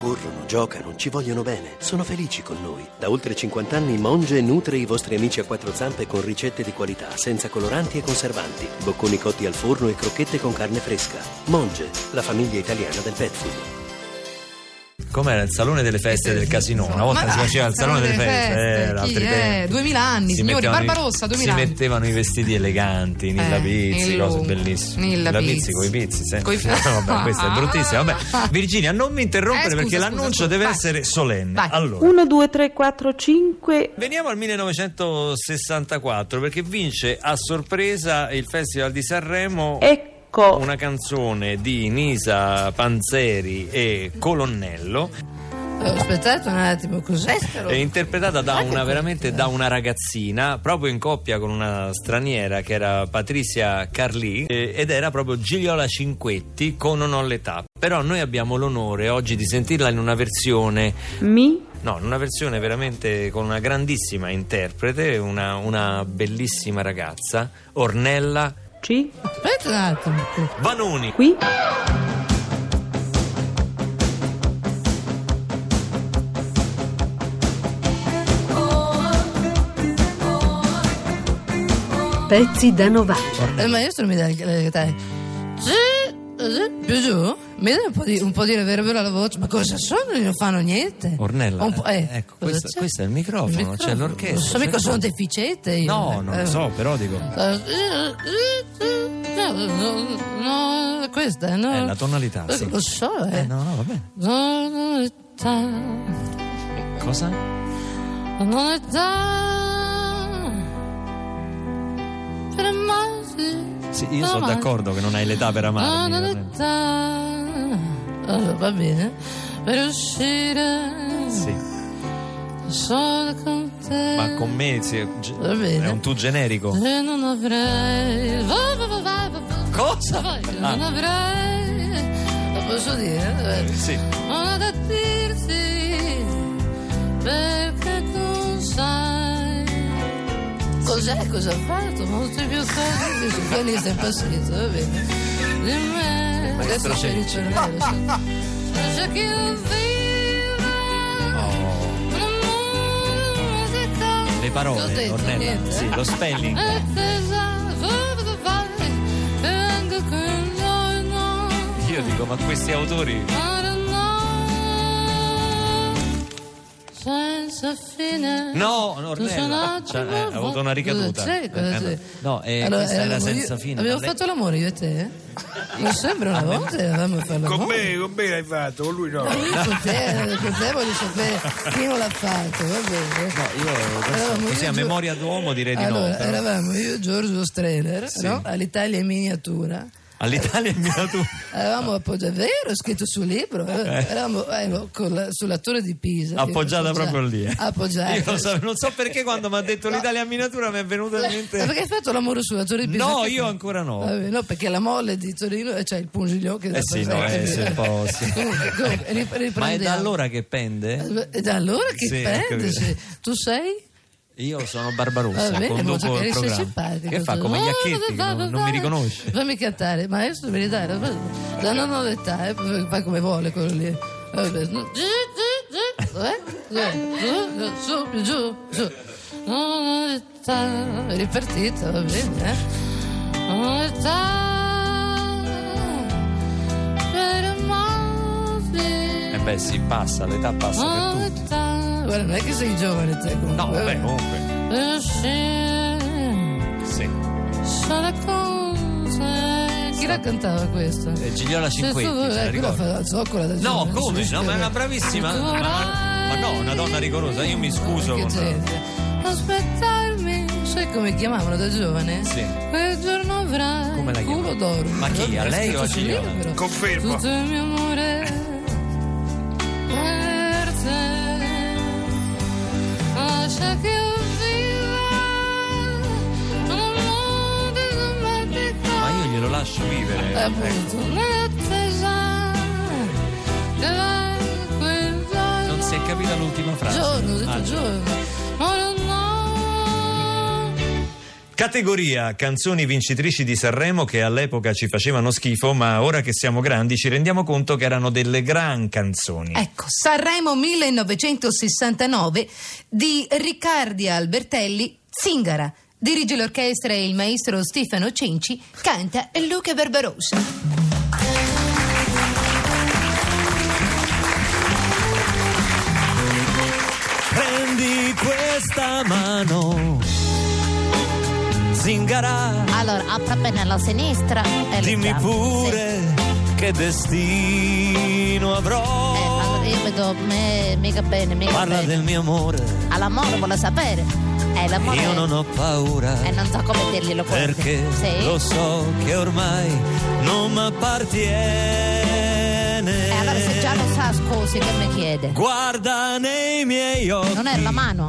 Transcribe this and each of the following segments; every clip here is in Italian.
Corrono, giocano, ci vogliono bene, sono felici con noi. Da oltre 50 anni Monge nutre i vostri amici a quattro zampe con ricette di qualità, senza coloranti e conservanti, bocconi cotti al forno e crocchette con carne fresca. Monge, la famiglia italiana del pet food. Com'era il salone delle feste del casino? Una volta si faceva il salone delle feste, 2000 anni, signori, Barbarossa, 2000 anni. Si mettevano i vestiti eleganti, Nilla Pizzi, cose bellissime. Nilla Pizzi coi pizzi, vabbè, questa è bruttissima. Vabbè, Virginia, non mi interrompere perché l'annuncio deve essere solenne. Vai. Allora, 1, 2, 3, 4, 5. veniamo al 1964 perché vince a sorpresa il Festival di Sanremo. Una canzone di Nisa Panzeri e Colonnello. Aspettate un attimo, cos'è? È interpretata da una ragazzina, proprio in coppia con una straniera che era Patricia Carlì, ed era proprio Gigliola Cinquetti con Non ho l'età. Però noi abbiamo l'onore oggi di sentirla in una versione in una versione veramente con una grandissima interprete, una bellissima ragazza, Ornella Aspetta un attimo. Vanoni. Qui. Pezzi da 90. Il maestro mi dà le chitarre. Più giù? Mi dai un po' di reverbero alla voce? Ma cosa sono? Non fanno niente. Ornella, ecco, questo è il microfono, c'è l'orchestra. Non so mica sono deficiente io. No, non lo so, però dico. No, questa no. È la tonalità, sì. Lo so, No, va bene. Cosa? Non è per amarti. Sì, io sono d'accordo che non hai l'età per amarmi. Non è allora, va bene. Per uscire. Sì. Solo con te. Ma con me va bene. È un tu generico. E non avrei. Cosa? Non avrei. Lo posso dire? Sì. Ho da dirti perché tu sai. Cos'è? Cosa ha fatto? Molte più cose. Il pianista è impazzito, va bene. Di me. Adesso c'è il cervello. C'è chi lo vive. Le parole, Ornella. Sì, lo spelling. Io dico, ma questi autori. Senza fine. No, Ornella. Ha avuto una ricaduta. No, allora, questa era senza fine. Abbiamo fatto l'amore io e te? Non sembra una volta avevamo fatto l'amore. Con me l'hai fatto, con lui no. Io con te voglio sapere chi non l'ha fatto, va bene. No, io così a memoria d'uomo direi di allora, no. Però. Eravamo io e Giorgio Streller, sì. no? All'Italia in miniatura. All'Italia in miniatura. Eravamo appoggiati, vero, scritto sul libro. Eravamo sulla torre di Pisa. Appoggiata proprio lì. Appoggiata. Io non so perché quando mi ha detto l'Italia in miniatura mi è venuto in mente. Perché hai fatto l'amore sulla torre di Pisa? No, io ancora no. No, perché la molle di Torino c'è il Pungiglio che sì, no, un po'. Sì. Comunque, ma è da allora che pende? È da allora che pende, sì. Tu sei? Io sono Barbarossa, conduco il programma. Che fa come Iacchetti, non mi riconosce. Fammi cantare, maestro, devi dare. Non ho l'età, fa come vuole quello lì. Su, giù. Non ho l'età. È ripartita, va bene, Non ho l'età per amarti. Beh, sì, passa, l'età passa per tutti. Guarda, non è che sei giovane te comunque. No, vabbè, comunque. Sì. Sono cose. Chi la cantava questa? Gigliola Cinquetti, se la ricordi? Fa la zoccola da no, come? No, ma è una bravissima. Ma no, una donna rigorosa, io mi scuso con aspettarmi, sai come chiamavano da giovane? Sì. Quel giorno avrai come la culo d'oro. Ma chi? A lei o a Gigliola? Confermo. Tutto il mio amore per te. Lascia che io viva un mondo dimenticato. Ma io glielo lascio vivere. Appunto, nell'attesa che va quel giorno. Non si è capita l'ultima frase. Giorno, ho detto giorno. Categoria canzoni vincitrici di Sanremo che all'epoca ci facevano schifo, ma ora che siamo grandi ci rendiamo conto che erano delle gran canzoni. Ecco, Sanremo 1969 di Riccardi Albertelli, Zingara. Dirige l'orchestra il maestro Stefano Cenci, canta Luca Barbarossa. Prendi questa mano, Zingara. Allora, apra bene alla sinistra e Dimmi pure che destino avrò. allora io vedo mica bene, mica Parla bene. del mio amore. All'amore vuole sapere. L'amore Io non ho paura. non so come dirglielo questo. Perché Sì? lo so che ormai non mi appartiene. Allora se già lo sa, scusi, che mi chiede? Guarda nei miei occhi. Non è la mano?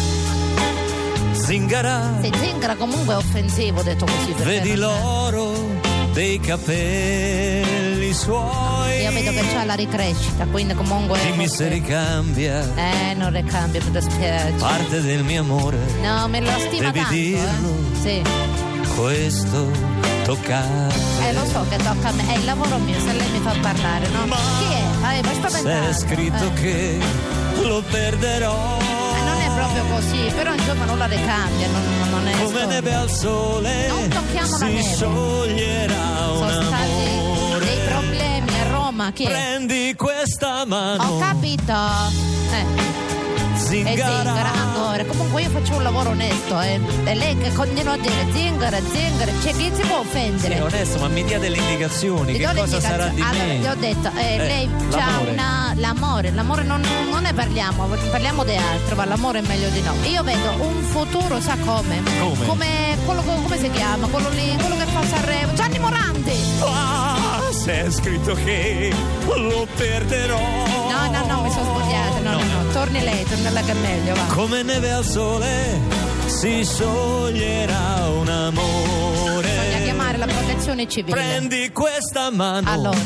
Zingara. Se Zingara comunque è offensivo, detto così. perché Vedi non è- l'oro dei capelli suoi. Io vedo che c'ha la ricrescita, quindi comunque. Dimmi se ricambia Non ricambia, mi dispiace. parte del mio amore. No, me lo stima Devi tanto. dirlo. Sì. Questo tocca. Lo so che tocca a me, è il lavoro mio, se lei mi fa parlare, no? Ma Chi è? Ma sto Se pensando. è scritto che lo perderò. Non è proprio così, però insomma non la ricambia, non è. Come storia. neve al sole Non tocchiamo la si neve. scioglierà un Sono stati amore. dei problemi a Roma, chi è? Prendi questa mano, Ho capito. Zingara. Zingara ancora. Comunque io faccio un lavoro onesto, E lei che continua a dire Zingara, c'è chi si può offendere? Sì, onesto, ma mi dia delle indicazioni. Ti Che do le cosa sarà di indicazioni. me? Allora, ti ho detto, lei l'amore. c'ha l'amore non ne parliamo di altro, ma l'amore è meglio di no. Io vedo un futuro, sa come? Come? Come si chiama? Quello lì, quello che fa Sanremo, Gianni Morandi! Ah, se è scritto che lo perderò. No, mi sono sbagliata, no. Torni lei che è meglio, va. Come neve al sole si scioglierà un amore. Bisogna chiamare la protezione civile. Prendi questa mano, Allora,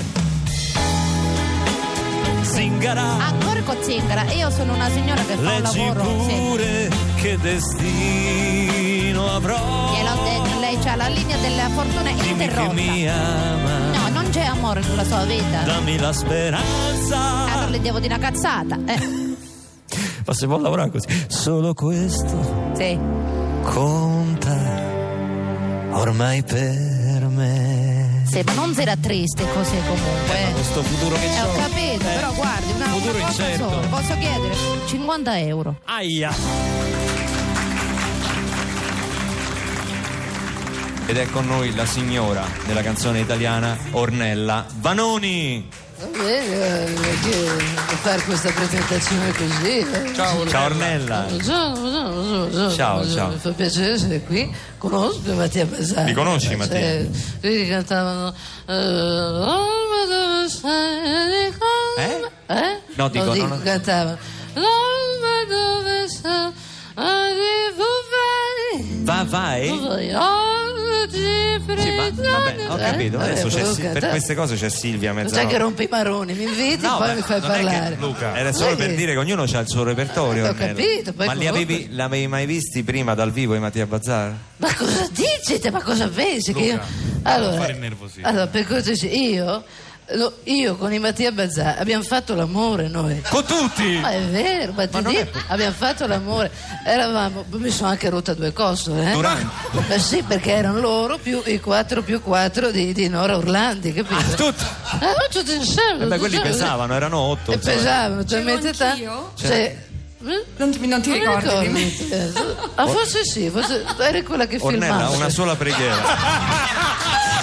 Zingara. ancora con Zingara, io sono una signora che fa un Leggi lavoro. Sì. pure che destino avrò. Gliel'ho detto, lei c'ha la linea della fortuna Dimmi che interrotta. mi ama, No, non c'è amore sulla sua vita. dammi la speranza. Allora le devo dire una cazzata. Ma se vuoi lavorare così, solo questo Sì. conta ormai per me. Sì, ma non sarà triste così comunque. Questo futuro che c'ho. Ho capito, però guardi, una futuro cosa incerto. sola. Posso chiedere 50 euro. Aia. Ed è con noi la signora della canzone italiana Ornella Vanoni. Fare questa presentazione così. Ciao Ornella. Buongiorno. Ciao. Mi fa piacere essere qui. Conosco Mattia Bazzani. Li conosci, Mattia? Quelli che cantavano. L'alba dove sei? No, dico, No, non- cantavano. L'alba dove sei? Vai. Sì, vabbè, ho capito. Adesso per queste cose c'è Silvia Non c'è mezzanotte. che rompi i maroni, mi inviti No, poi beh, mi fai non è che- parlare. Luca, era solo Non è per che- dire che ognuno ha il suo repertorio. Ho Ornella. capito, poi Ma comunque- l'avevi mai visti prima dal vivo i Mattia Bazzar? Ma cosa dicete? Ma cosa pensi? Che io... Allora, per cortesia, io con i Mattia Bazzà abbiamo fatto l'amore noi. Con tutti! Ma è vero, ma ti non dico, abbiamo fatto l'amore. Eravamo, mi sono anche rotta due costole, Durante? Ma sì, perché erano loro più i 4+4 di Nora Orlandi, capito? Tutti! Tutti insieme. Beh, quelli pesavano, erano 8. E pesavano talmente tanto. Cioè, Non ti ricordi di me? forse sì, forse eri quella che Ornella, filmava. una sola preghiera.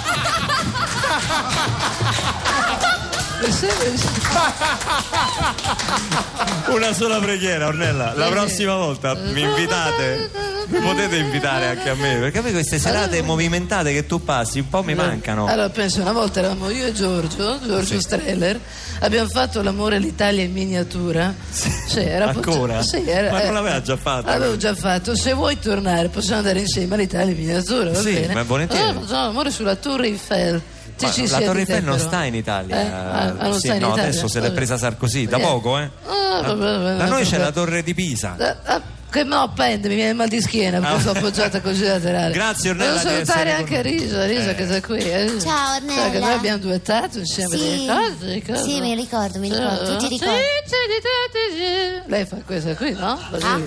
Una sola preghiera, Ornella. La prossima volta mi invitate. Mi potete invitare anche a me, perché a me queste serate movimentate che tu passi un po' mi mancano. Allora penso, una volta eravamo io e Giorgio Streller, abbiamo fatto l'amore all'Italia in miniatura. Sì, era Ancora? Sì, Ma non l'aveva già fatto? L'avevo già fatto. Se vuoi tornare possiamo andare insieme all'Italia in miniatura, va Sì, bene? ma volentieri. Facciamo l'amore sulla Torre Eiffel. Ma la Torre Eiffel non sta in Italia. non Sì, sta in no, Italia. adesso se l'è presa Sarkozy, da poco, eh? Da noi c'è la Torre di Pisa. Che no, pende, mi viene il mal di schiena perché sono appoggiata così laterale. Grazie Ornella. Devo salutare anche Risa che sta qui. Ciao Ornella. Sai che noi abbiamo duettato insieme. Sì, sì, mi ricordo. Tu ti ricordi? Lei fa questa qui, no?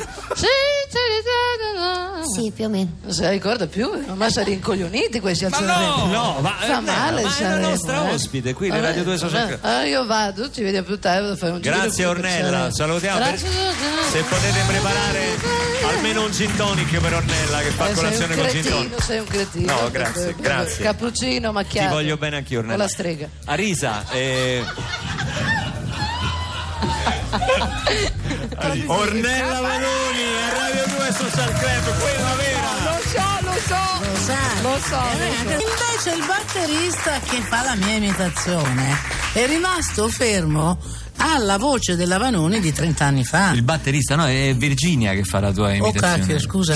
Sì, più o meno. Non se la ricorda più? Ma sono rincoglioniti questi al Sanremo. No, ma fa male. ma è la nostra ospite qui, le Radio 2 Social Club. Io vado, ci vediamo più tardi, vado a fare un giro. Grazie Ornella, salutiamo. Se potete preparare almeno un gin tonic per Ornella che fa colazione con gin tonic. Sei un cretino. No, grazie. Cappuccino macchiato. Ti voglio bene anch'io Ornella. Con la strega. Arisa, Ornella Vanoni a Radio 2 Social Club, quella vera. Lo so. Invece il batterista che fa la mia imitazione è rimasto fermo alla voce della Vanoni di 30 anni fa. Il batterista, no, è Virginia che fa la tua imitazione. Oh cacchio, scusa.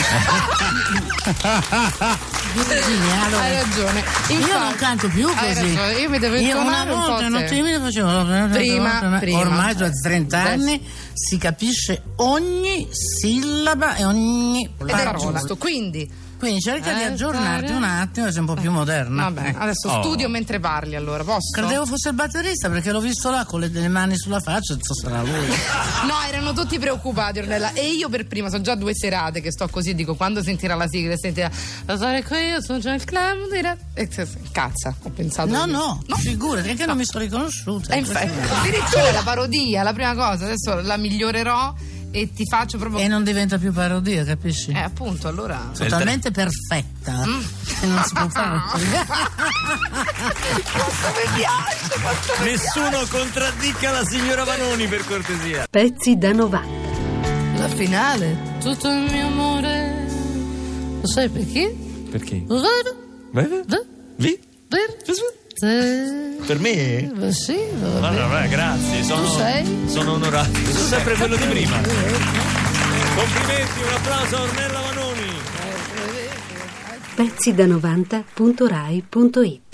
Virginia, allora, hai ragione. Io non canto più così. Hai ragione. Io mi devo intonare una volta non timido facevo prima. Ormai da 30 anni si capisce ogni sillaba e ogni parola. Quindi cerca di aggiornarti un attimo e sei un po' più moderna. Vabbè, adesso studio mentre parli, allora, posso? Credevo fosse il batterista perché l'ho visto là con le mani sulla faccia, sarà lui. No, erano tutti preoccupati, Ornella. E io per prima, sono già 2 serate che sto così, dico, quando sentirà la sigla e sentirà io sono già il club e cazza, ho pensato. No, figurati, perché non mi sono riconosciuta. E infatti, addirittura la parodia, la prima cosa, adesso la migliorerò e ti faccio proprio. E non diventa più parodia, capisci? Appunto, allora. Totalmente perfetta. E non si può fare. Quanto mi piace, Nessuno contraddica la signora Vanoni, per cortesia. Pezzi da 90. La finale, tutto il mio amore. Lo sai perché? Perché? Per me? Sì, vabbè, grazie, sono onorato. Sono sempre quello di prima. Complimenti, un applauso a Ornella Vanoni. Pezzi da 90.rai.it